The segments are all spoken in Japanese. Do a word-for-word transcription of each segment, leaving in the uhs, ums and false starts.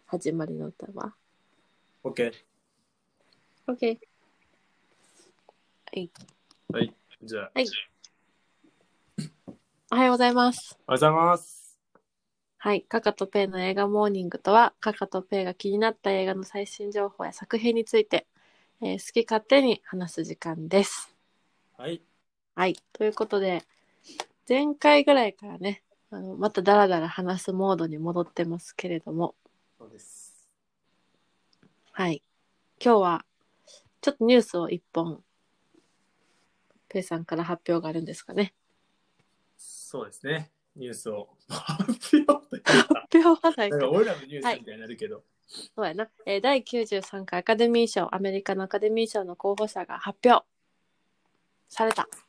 始まりの歌は OK。 OK。 はいはい。じゃあ、 はい、おはようございます。 おはようございます。 はい、カカとペイの映画モーニングとは、カカとペイが気になった映画の最新情報や作品について、えー好き勝手に話す時間です。 はい。 はい、ということで前回ぐらいからね、あのまたダラダラ話すモードに戻ってますけれども、 そうです。 はい、今日はちょっとニュースを一本ペイさんから発表があるんですかね。 そうですね。ニュースを発表というか、 発表はないか。 なんか俺らのニューはい、 スみたいになるけど、 そうやな、えー、だいきゅうじゅうさんかいアカデミー賞、アメリカのアカデミー賞の候補者が発表された。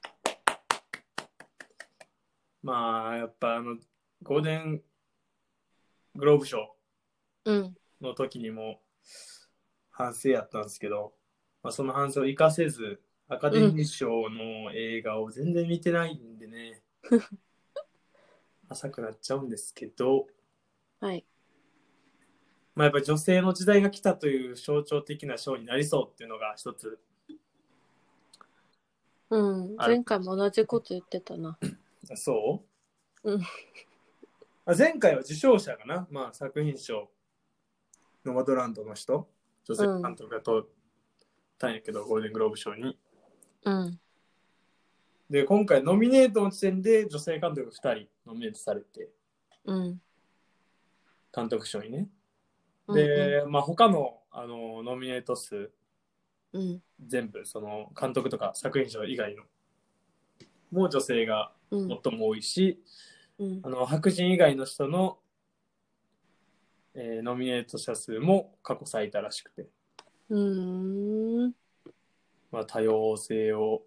まあ、やっぱあの、ゴールデングローブ賞うんの時にも反省やったんですけど、まあ、その反省を生かせず、アカデうんミー賞の映画を全然見てないんでね、浅くなっちゃうんですけど、 はい、 まあ、やっぱり女性の時代が来たという象徴的な賞になりそうっていうのが一つうん、 ある。 前回も同じこと言ってたな。 そううん前回は受賞者かな、まあ、作品賞、ノマドランドの人、女性監督が取ったんやけど、ゴールデングローブ賞に。 うんで、今回ノミネートの時点で女性監督ふたりノミネートされて、 うん監督賞にね。 うんで、まあ、他のあのノミネート数、 うん全部、その監督とか作品賞以外の、もう女性がうん最も多いし、 うんあの白人以外の人の、えーノミネート者数も過去最多らしくて、 うーんまあ、多様性を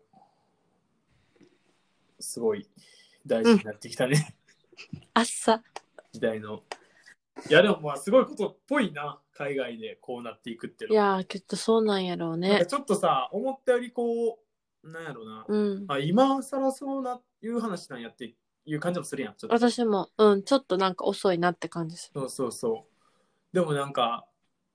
すごい大うん事になってきたね、 あっさ。 時代の。いやでもまあすごいことっぽいな、海外でこうなっていくっていういのは。 やーきっとそうなんやろうね。 なんかちょっとさ、思ったよりこう、なんやろうな、 うんあ今更そうないう話なんやっていう感じもするやん、ちょっと。 私もうんちょっとなんか遅いなって感じする。 そうそうそう。でもなんか、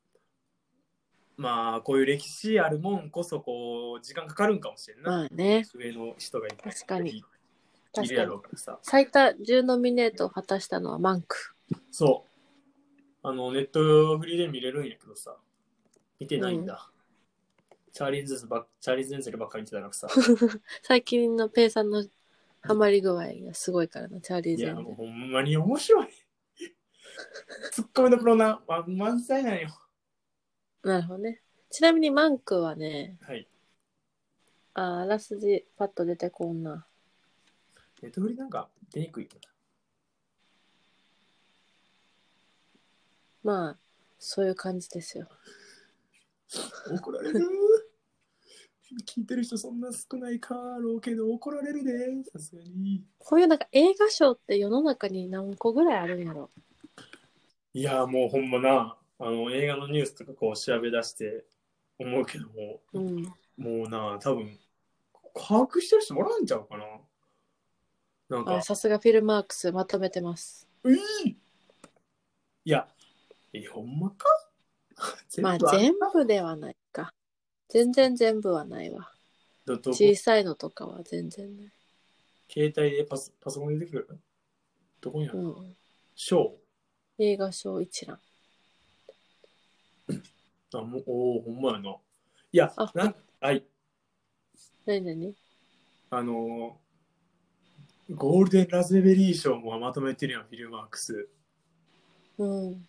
まあこういう歴史あるもんこそこう時間かかるんかもしれんな。 まあね、 上の人がいっぱい確かにいるや確かに。 ろうからさ。 最多じゅうノミネートを果たしたのはマンク。 そう。あの、ネットフリーで見れるんやけどさ、見てないんだ。うん、チャーリーズばチャーリーズデンゼルばっかり見てたらさ。 最近のペイさんのハマり具合がすごいからな、チャーリーズいや、 デンゼル。 もうほんまに面白い。ツッコミどころな、ま、満載なんよ。 なるほどね。ちなみにマンクはね、 はい。 ああらすじパッと出てこんな。 ネットフリなんか出にくいよまあ、そういう感じですよ。 な。怒られる。聞いてる人そんな少ないかろうけど怒られるで、さすがに。 こういうなんか映画賞って世の中に何個ぐらいあるんやろ。 いや、もうほんまな、あの、映画のニュースとかこう調べ出して思うけども、 うん。 もうな、多分、把握してる人おらんちゃうかな。なんか、 あ、さすがフィルマークスまとめてます。 ういいや、え、ほんまかまあ全部あった全部ではないか。全然全部はないわ。 どどこ小さいのとかは全然ない。 携帯でパソパソコンでできるどこにあるうの、 ん。 ショ映画賞一覧。 ーあ、もう、おお、ほんまやな。いや、 あ、 なんはい、 なになにあのー、ゴールデンラズベリー賞もまとめてるやん、フィルマークス。 うん。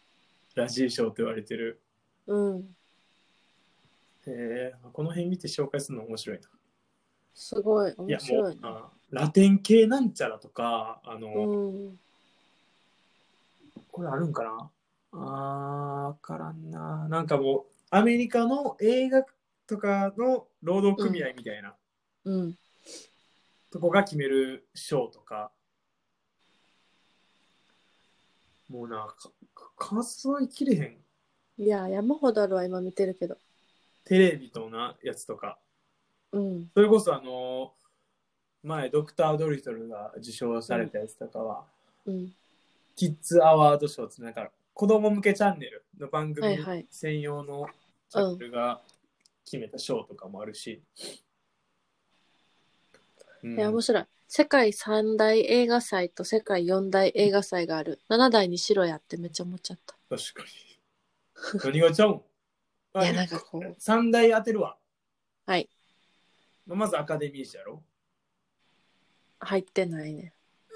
ラジー賞と言われてる。 うん。 へえ、この辺見て紹介するの面白いな。 すごい、 いや、 面白いね。 もう、あラテン系なんちゃらとか、あのうー、 ん。 これあるんかなあー、わからんな。なんかもう、アメリカの映画とかの労働組合みたいなうん。 とこが決める賞とか、もうな、か数えきれへん。 いや、山ほどあるわ、今見てるけど。 テレビとなやつとか。 うん。 それこそあのー前、ドクター・ドリトルが受賞されたやつとかは、 うん。 キッズ・アワード賞ってなんか子供向けチャンネルの番組はいはい専用のチャンネルが決めた賞とかもあるし、うん、 いや、面白い。世界三大映画祭と世界四大映画祭がある。七大にしろやってめっちゃ思っちゃった。 確かに。何がちゃうんいあや、なんかこう。 三大当てるわ。 はい。 まずアカデミー賞やろ。 入ってないね。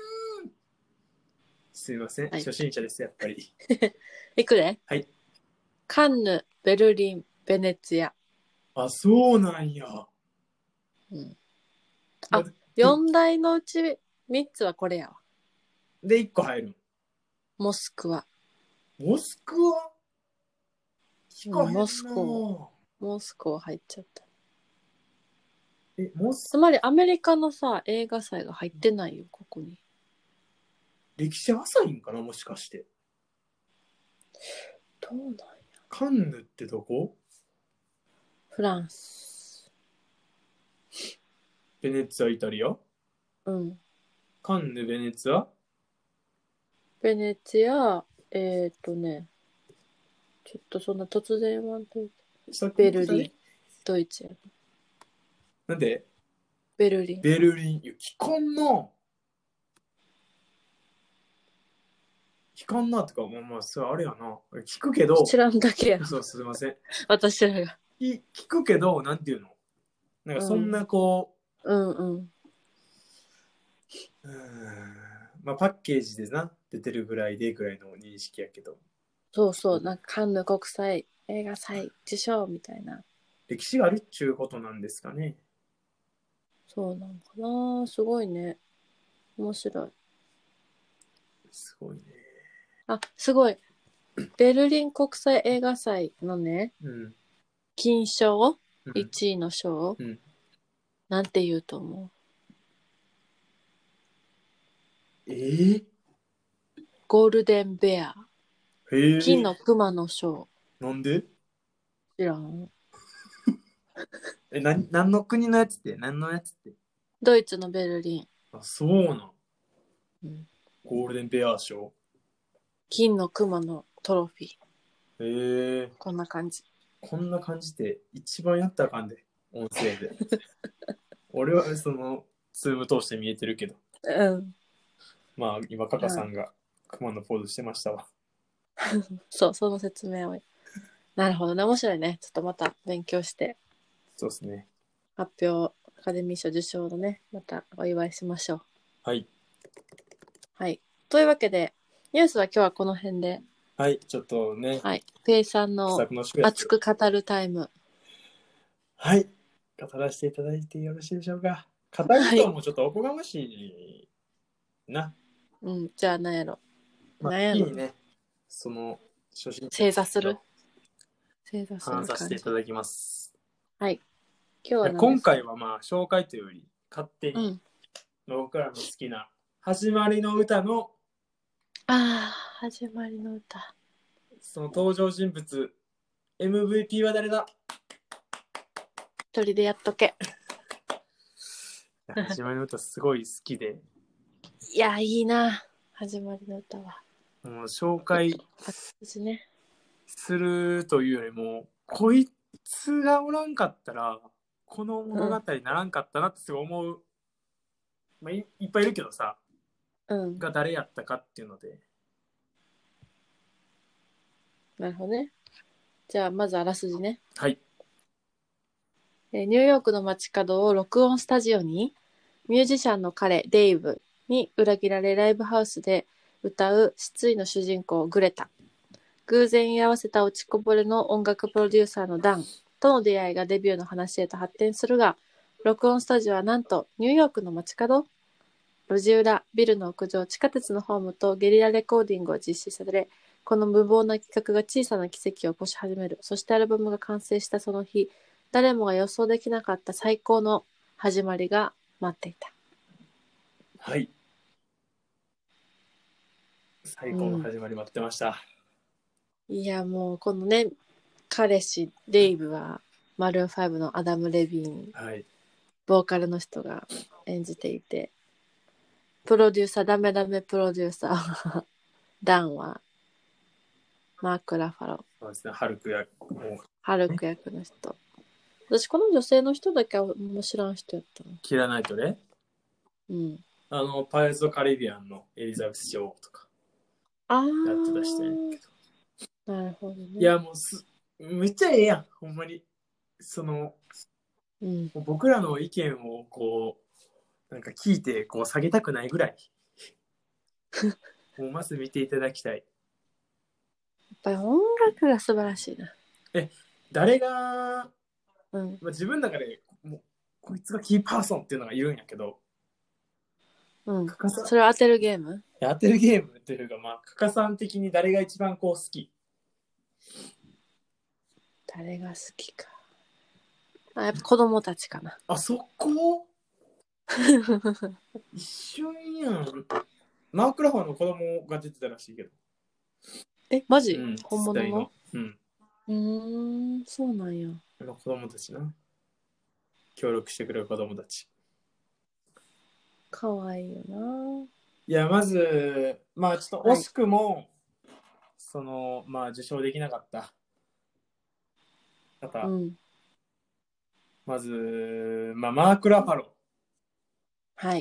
すいません、 はい初心者です、やっぱり。 いくで。 はい。 カンヌ、ベルリン、ベネツィア。 あ、そうなんや。 うん。あ、四大のうち三つはこれやわ。 で、一個入る。 モスクワ。 モスクワ聞かへんな、 うんモスクワモスクワ入っちゃった。 え、モスつまりアメリカのさ、映画祭が入ってないよ、ここに。 歴史浅いんかな、もしかして。 どうなんや。 カンヌってどこ？ フランス。 ベネツィア、イタリア？ うん。 カンヌ、ベネツィア？ ベネツィア、えーっとね、ちょっとそんな突然言わんといて。ベルリン、ドイツや。 なんで？ ベルリン。 ベルリン。いや、聞かんな。聞かんなってか、まあまあ、それあれやな。聞くけど。 知らんだけや。 そう、すいません。 私らが。 聞くけど、なんていうの？なんかそんなこう、うんうん。 う、うーん、まあパッケージでな、出てるぐらいでぐらいの認識やけど。 そうそう、なんかカンヌ国際映画祭受賞みたいな。 歴史があるっちゅうことなんですかね。 そうなのかな。すごいね。面白い。 すごいね。 あ、すごい。ベルリン国際映画祭のね、 うん。 金賞、 うん、 いちいの賞、 うん、 なんて言うと思う？ えー、 ゴールデンベア。 へえ。 金の熊の賞。 なんで？ 知らん。 え、な、何の国のやつって？何のやつって？ ドイツのベルリン。 あ、そうなん。 うん、 ゴールデンベア賞。 金の熊のトロフィー。 へえ。 こんな感じ。 こんな感じで一番やったらあかんで、音声で。俺はその、ズーム通して見えてるけど。 うん。 まあ、今、カカさんが熊のポーズしてましたわ。 そう、その説明を。なるほどね。面白いね。ちょっとまた勉強して、 そうですね。 発表、アカデミー賞受賞のね、またお祝いしましょう。 はい。 はい。というわけで、ニュースは今日はこの辺で、 はい、ちょっとね、 はい。ペイさんの不作の宿熱く語るタイム。 はい。語らせていただいてよろしいでしょうか。語るともちょっとおこがましいな。 うん、じゃあ何やろ。 まあ、 何やろ。 いいね。その、初心者正座する正座する話させて感じ。 いただきます。 はい。今日は何ですか？ 今回はまあ、紹介というより、勝手にうん。 僕らの好きな、始まりの歌の、 ああ、始まりの歌。 その登場人物、エムブイピー は誰だ？ 一人でやっとけ。 始まりの歌すごい好きで、 いや、いいな。始まりの歌は。 もう紹介私ね。 するというよりも、こいつがおらんかったら、この物語にならんかったなってすごい思う、まあ、い, いっぱいいるけどさ、 うん。 が誰やったかっていうので。 なるほどね。じゃあ、まずあらすじね。 はい。 ニューヨークの街角を録音スタジオに、ミュージシャンの彼、デイブに裏切られライブハウスで歌う失意の主人公、グレタ。偶然居合わせた落ちこぼれの音楽プロデューサーのダンとの出会いがデビューの話へと発展するが、録音スタジオはなんとニューヨークの街角、路地裏、ビルの屋上、地下鉄のホームとゲリラレコーディングを実施され、この無謀な企画が小さな奇跡を起こし始める。そしてアルバムが完成したその日、誰もが予想できなかった最高の始まりが待っていた。 はい。最高の始まり待ってました。 うん、いや、もうこのね、彼氏、デイブは、マルーンファイブのアダム・レビーン、 はい、 ボーカルの人が演じていて、プロデューサー、ダメダメプロデューサー、ダンは、 マーク・ラファロー。 そうですね、ハルク役。 ハルク役の人。私、この女性の人だけはもう知らん人やったの。 キラナイトレ、 うん。 あの、パイレーツ・カリビアンのエリザベス女王とかあやってた人やけど。なるほどね。 ど。いや、もうす、めっちゃええやん、ほんまに。その、 うん、 もう僕らの意見をこう、なんか聞いて、こう、下げたくないぐらい。もうまず見ていただきたい。 やっぱり音楽が素晴らしいな。 え、誰が、 うん。 まあ、自分の中でもうこいつがキーパーソンっていうのがいるんやけど、 うん。 カカさんそれを当てるゲーム？ やってるゲームっていうか、まあ、カカさん的に誰が一番こう好き？ 誰が好きか。あ、やっぱ子供たちかな。 あ、そこ一瞬やん。マーク・ラファーの子供が出てたらしいけど。 え、マジ？ うん、 本物の？ うん。 うーん、そうなんや。 あの子供たちな。協力してくれる子供たち。 かわいいよな。 いや、まず、まあ、ちょっと惜しくも、はい、その、まあ、受賞できなかった方。うん、まず、まあ、マーク・ラファロー。 はい。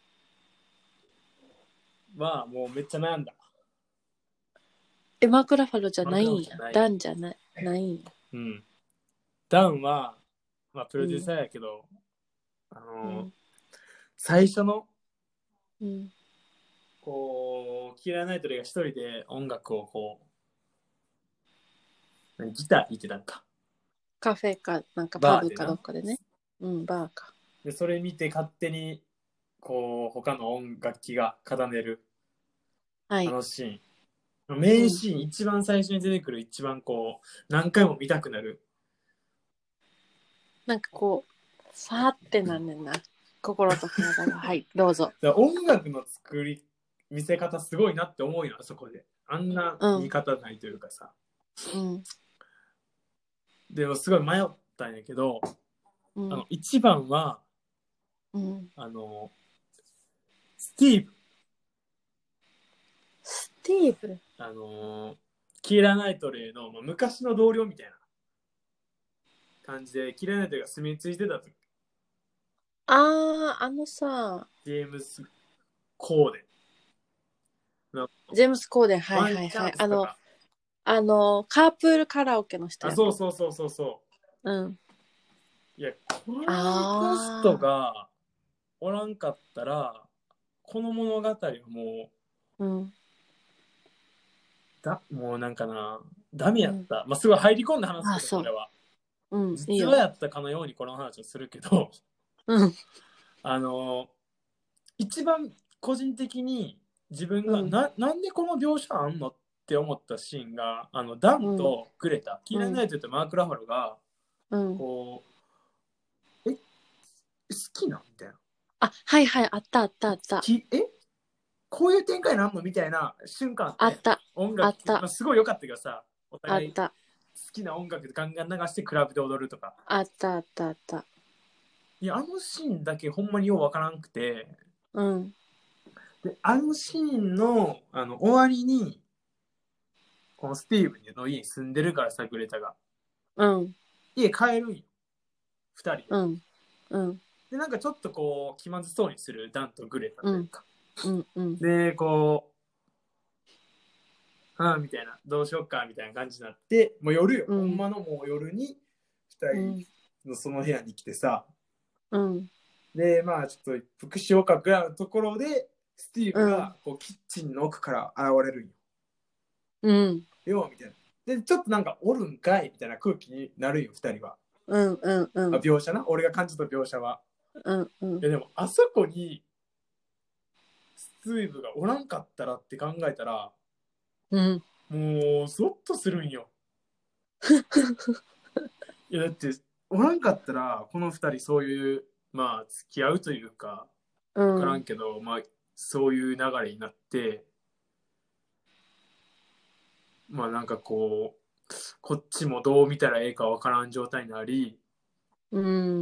まあ、もうめっちゃ悩んだ。 え、マーク・ラファローじゃないんや。ダンじゃない。ないんや。 うん。ダンは、まあ、プロデューサーやけど、うん、あの、うん、最初の、うん、こう、キラーナイトレが一人で音楽をこう、ギター弾いてたんか。 カフェか、なんかパブかどっかでね。うん、バーか。 で、それ見て勝手に、こう、他の音楽器が奏でる、はい、あのシーン。名シーン、うん、一番最初に出てくる、一番こう、何回も見たくなる。 なんかこう、さーってなんねんな。心と体が。はい、どうぞ。 音楽の作り、見せ方すごいなって思うよ、あそこで。あんな言い方ないというかさ。うん。でもすごい迷ったんやけど、うん、あの、一番は、うん、あの、スティーブ。 スティーブあの、キーラ・ナイトレイの、まあ、昔の同僚みたいな感じで、キーラ・ナイトレイが住み着いてた時。 あー、あのさ、 ジェームス・コーデン。 ジェームス・コーデン、はいはいはい。あの、あの、カープールカラオケの人や。あ、そうそうそうそうそう。うん。いや、このホストがおらんかったら、この物語はもう、うん、だもうなんかな、ダメやった。うん、まあ、すごい入り込んで話すけど、これは。うん、実はやったかのようにこの話をするけど、うん、あの、一番個人的に自分が、うん、な, なんでこの描写あんのって思ったシーンが、あのダンとグレタ、うん、キーラ・ナイトとマーク・ラファロが、うん、こう、え、好きなんみたいな。 あ、はいはい、あったあったあった。 えこういう展開なんのみたいな瞬間あった。 音楽あった、まあ、すごい良かったけどさ、お互い好あったきな音楽でガンガン流してクラブで踊るとか。 あったあったあった。 いや、あのシーンだけほんまにようわからんくて、 うん。 で、あのシーンの、あの、終わりに、このスティーブの家に住んでるからさ、グレタが。うん。家帰るんよ。二人で。うん。うん。で、なんかちょっとこう、気まずそうにするダンとグレタというか。うんうん、で、こう、ああ、みたいな、どうしよっか、みたいな感じになって、もう夜よ。うん、ほんまのもう夜に、二人のその部屋に来てさ。うん。で、まあちょっと復しようかぐらいのところで、スティーブがこうキッチンの奥から現れるんよ。うん。よみたいな。で、ちょっとなんかおるんかいみたいな空気になるよ、二人は。うんうんうん。あ、描写な。俺が感じた描写は。うんうん。いやでも、あそこに、スティーブがおらんかったらって考えたら、うん。もう、ゾッとするんよ。いや、だって、おらんかったら、この二人そういう、まあ、付き合うというか、わからんけど、うん、まあ、そういう流れになって、まあなんかこう、こっちもどう見たらええかわからん状態になり、うん、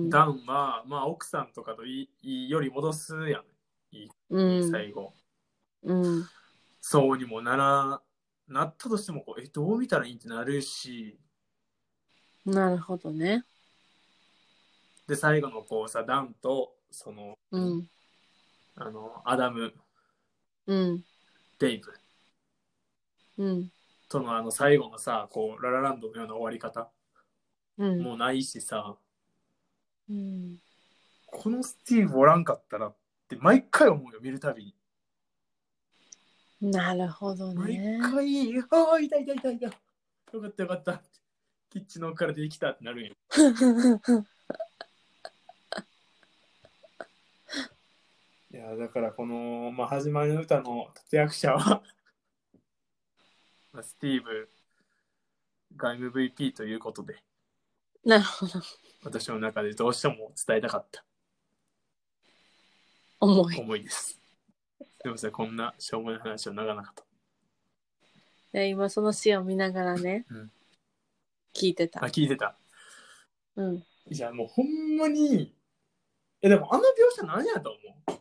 ダンは、まあ奥さんとかといいより戻すやん。いい、うん、最後。うん。そうにもならなったとしてもこう、え、どう見たらいいってなるし。 なるほどね。 で、最後のこうさ、ダンと、その、 うん。 あの、アダム、 うん。 デイブ。 うん。 とのあの最後のさ、こう、ララランドのような終わり方。 うん。 もうないしさ。 うん。 このスティーブおらんかったらって毎回思うよ、見るたびに。 なるほどね。 毎回、ああ、痛い痛い痛い痛い。よかったよかった。キッチンの奥から出てきたってなるんよ。いや、だからこの、まあ、始まりの歌の立役者はスティーブが エムブイピー ということで。 なるほど。 私の中でどうしても伝えたかった重い。 思いです。でもさ、こんなしょうもない話を長々と。 で今そのシーンを見ながらね、うん、聞いてた。 あ、聞いてた。 うん。 いや、もうほんまに、え、でもあの描写何やと思う？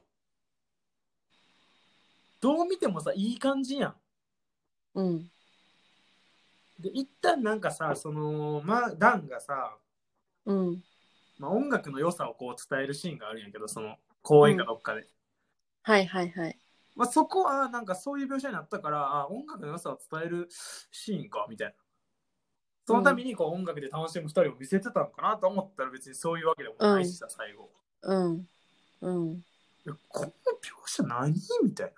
どう見てもさ、いい感じやん。うん。で、一旦なんかさ、その、まあ、ダンがさ、うん。まあ、音楽の良さをこう伝えるシーンがあるんやけど、その、公演かどっかで。うん、 はいはいはい。 まあ、そこはなんかそういう描写になったから、あ、音楽の良さを伝えるシーンか、みたいな。そのためにこう音楽で楽しむふたりを見せてたのかなと思ったら別にそういうわけでもないしさ、うん、最後。うん。うん。この描写何みたいな。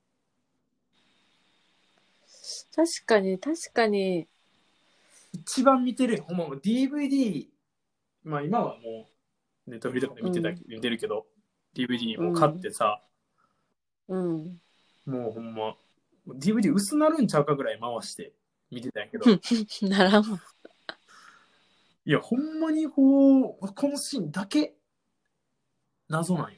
確かに、確かに。 一番見てるよ。ほんま ディーブイディー、まあ今はもうネットフリとかで見てた、うん、見てるけど、ディーブイディー も買ってさ、うん、もうほんま、ディーブイディー 薄なるんちゃうかぐらい回して見てたんやけど。 ならんわ。 いや、ほんまにこう、このシーンだけ謎なんよ。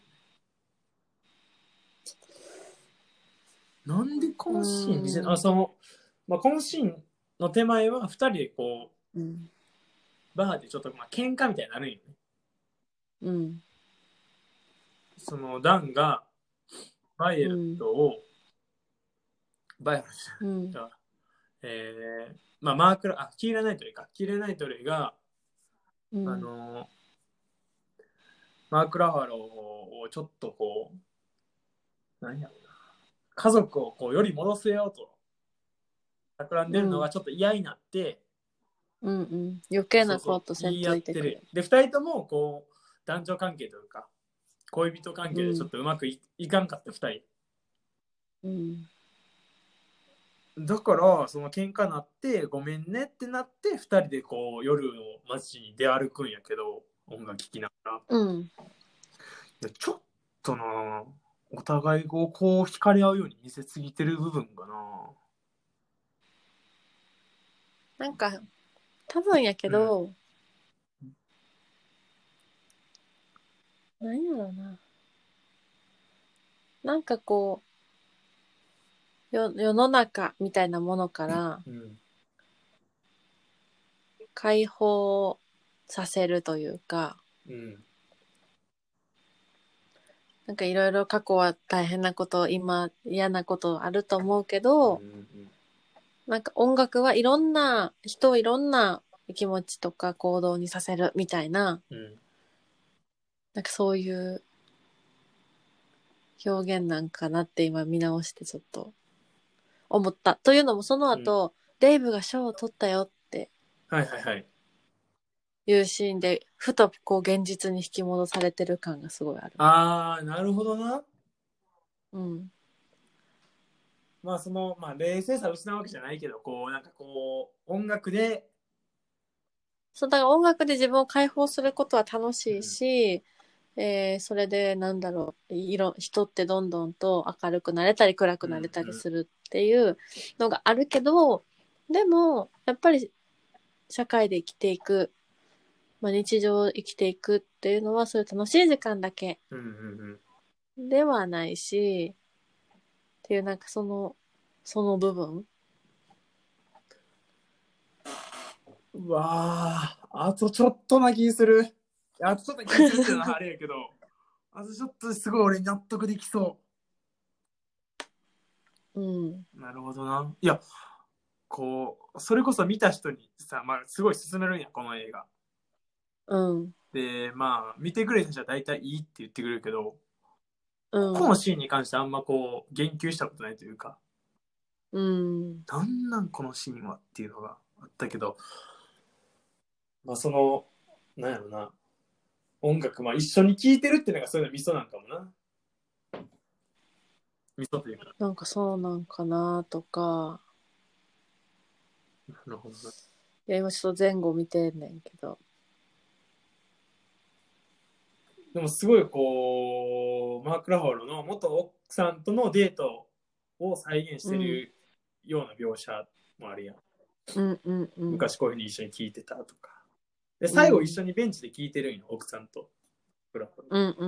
なんでこのシーン見せ、あ、その、まあ、このシーンの手前はふたりでこう、うん、バーでちょっとまあ喧嘩みたいになるんよね。うん。そのダンがバイエルトを、うん、バイエルトじゃない、うん、えー、まあマークラ、あ、キーラナイトレイか。キーラナイトレイが、うん、あの、マーク・ラファローをちょっとこう、何やろうな、家族をこうより戻せようと企んでるのがちょっと嫌になって、 うんうん、余計なことせんといてくれ。 で、二人ともこう男女関係というか恋人関係でちょっとうまく い,、うん、いかんかった二人。うん。だからその喧嘩なってごめんねってなって二人でこう夜の街に出歩くんやけど、音楽聴きながら。うん。いやちょっとな、お互いをこう惹かれ合うように見せすぎてる部分がな。 なんか多分やけど、うん、何やろうな。なんかこうよ世の中みたいなものから解放させるというか、うん、なんかいろいろ過去は大変なこと、今嫌なことあると思うけど、うんうん、なんか音楽はいろんな人をいろんな気持ちとか行動にさせるみたいな、うん、なんかそういう表現なんかなって今見直してちょっと思った。というのもその後、うん、デイブが賞を取ったよってはいはいはいいうシーンでふとこう現実に引き戻されてる感がすごいある。 あー、なるほどな。 うん。 まあその、まあ冷静さを失うわけじゃないけど、こうなんかこう音楽で、 そうだから音楽で自分を解放することは楽しいし、うん、えー、それでなんだろう、いろ人ってどんどんと明るくなれたり暗くなれたりするっていうのがあるけど、うん、でもやっぱり社会で生きていく、まあ、日常を生きていくっていうのはそういう楽しい時間だけではないし、っていうなんかそのその部分。 うわー、あとちょっとな気する。あとちょっとな気するっていうのはあれやけど、あとちょっとすごい俺納得できそう。うん。なるほどな。いや、 こう、それこそ見た人にさ、まあ、すごい勧めるんや、この映画。 うん。 で、まあ、見てくれた人は大体いいって言ってくれるけど、 うん、 このシーンに関してあんまこう、言及したことないというか、 うん。 なんなんこのシーンはっていうのがあったけど、まあその、なんやろな、音楽、まあ一緒に聴いてるっていうのがそういうのミソなんかもな。ミソというか。 なんかそうなんかなとか。 なるほどな。いや、今ちょっと前後見てんねんけど。 でもすごいこう、マーク・ラファロの元奥さんとのデートを再現してるような描写もあるやん。 うんうんうん。 昔こういうふうに一緒に聴いてたとか。で、最後一緒にベンチで聴いてるんよ、奥さんと。 うんうん。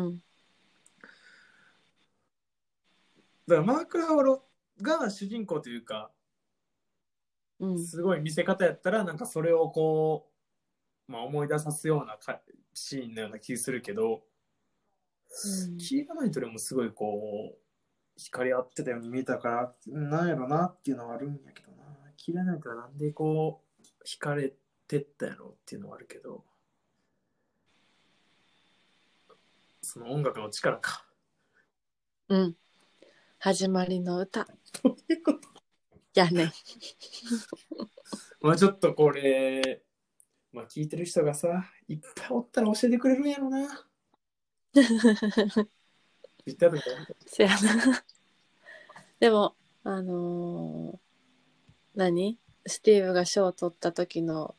だからマーク・ラファロが主人公というか、 うん、 すごい見せ方やったら、なんかそれをこう、まあ、思い出さすようなかシーンのような気するけど、 うん、 キーガナイトでもすごいこう、光り合ってたように見えたから、なんやろなっていうのはあるんやけどな。キーガナイトはなんでこう、惹かれてったやろっていうのはあるけど、その音楽の力か。 うん。始まりの歌。 どういうことやね。 まあちょっとこれ、まあ聞いてる人がさ、いっぱいおったら教えてくれるんやろな。言ったとかせやな。でも、あのー、何スティーブが賞を取った時の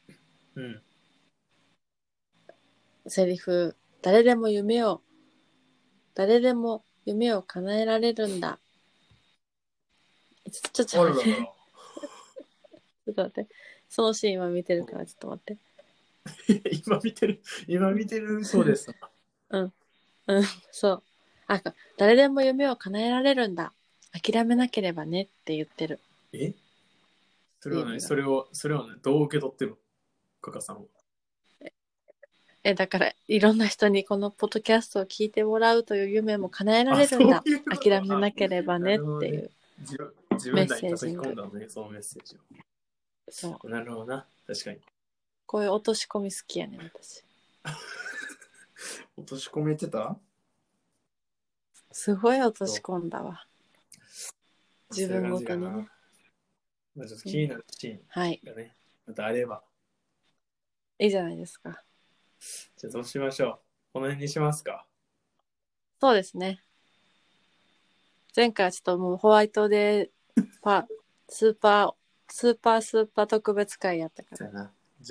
セリフ、誰でも夢を、誰でも夢を叶えられるんだ。ちょ、ちょっと待って。ちょっと待って。そのシーンは見てるから、ちょっと待って。 今見てる、今見てるそうです。 うん。うん、そう。あ、誰でも夢を叶えられるんだ。諦めなければねって言ってる。 えそれはね、それを、それはね、どう受け取ってるのカカさんは。 え、だから、いろんな人にこのポッドキャストを聞いてもらうという夢も叶えられるんだ。 うう諦めなければねっていう、 ね、自分自分らに叩き込んだのね、そのメッセージを。 そう。 なるほどな、確かに。 こういう落とし込み好きやね、私。 落とし込めてたすごい落とし込んだわ。自分ごとにね。 まあ、ちょっと気になるシーンがね、はい、またあれば。 いいじゃないですか。 じゃあどうしましょう。この辺にしますか。 そうですね。前回はちょっともうホワイトデーパスーパースーパースーパー特別会やったから。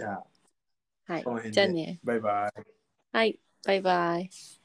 じゃあ、じゃあ、 はい。 この辺で。 じゃあね。 バイバイ。 はい。バイバイ。